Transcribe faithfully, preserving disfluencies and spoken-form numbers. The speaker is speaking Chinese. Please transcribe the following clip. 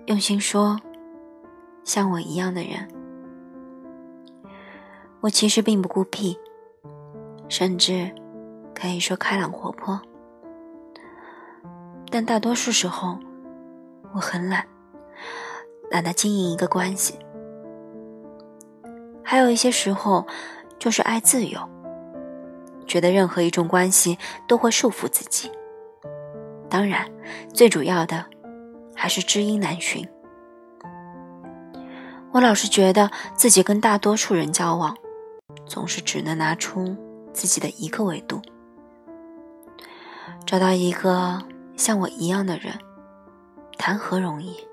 用心说，像我一样的人。我其实并不孤僻，甚至可以说开朗活泼，但大多数时候我很懒，懒得经营一个关系。还有一些时候就是爱自由，觉得任何一种关系都会束缚自己。当然，最主要的还是知音难寻。我老是觉得自己跟大多数人交往，总是只能拿出自己的一个维度。找到一个像我一样的人，谈何容易？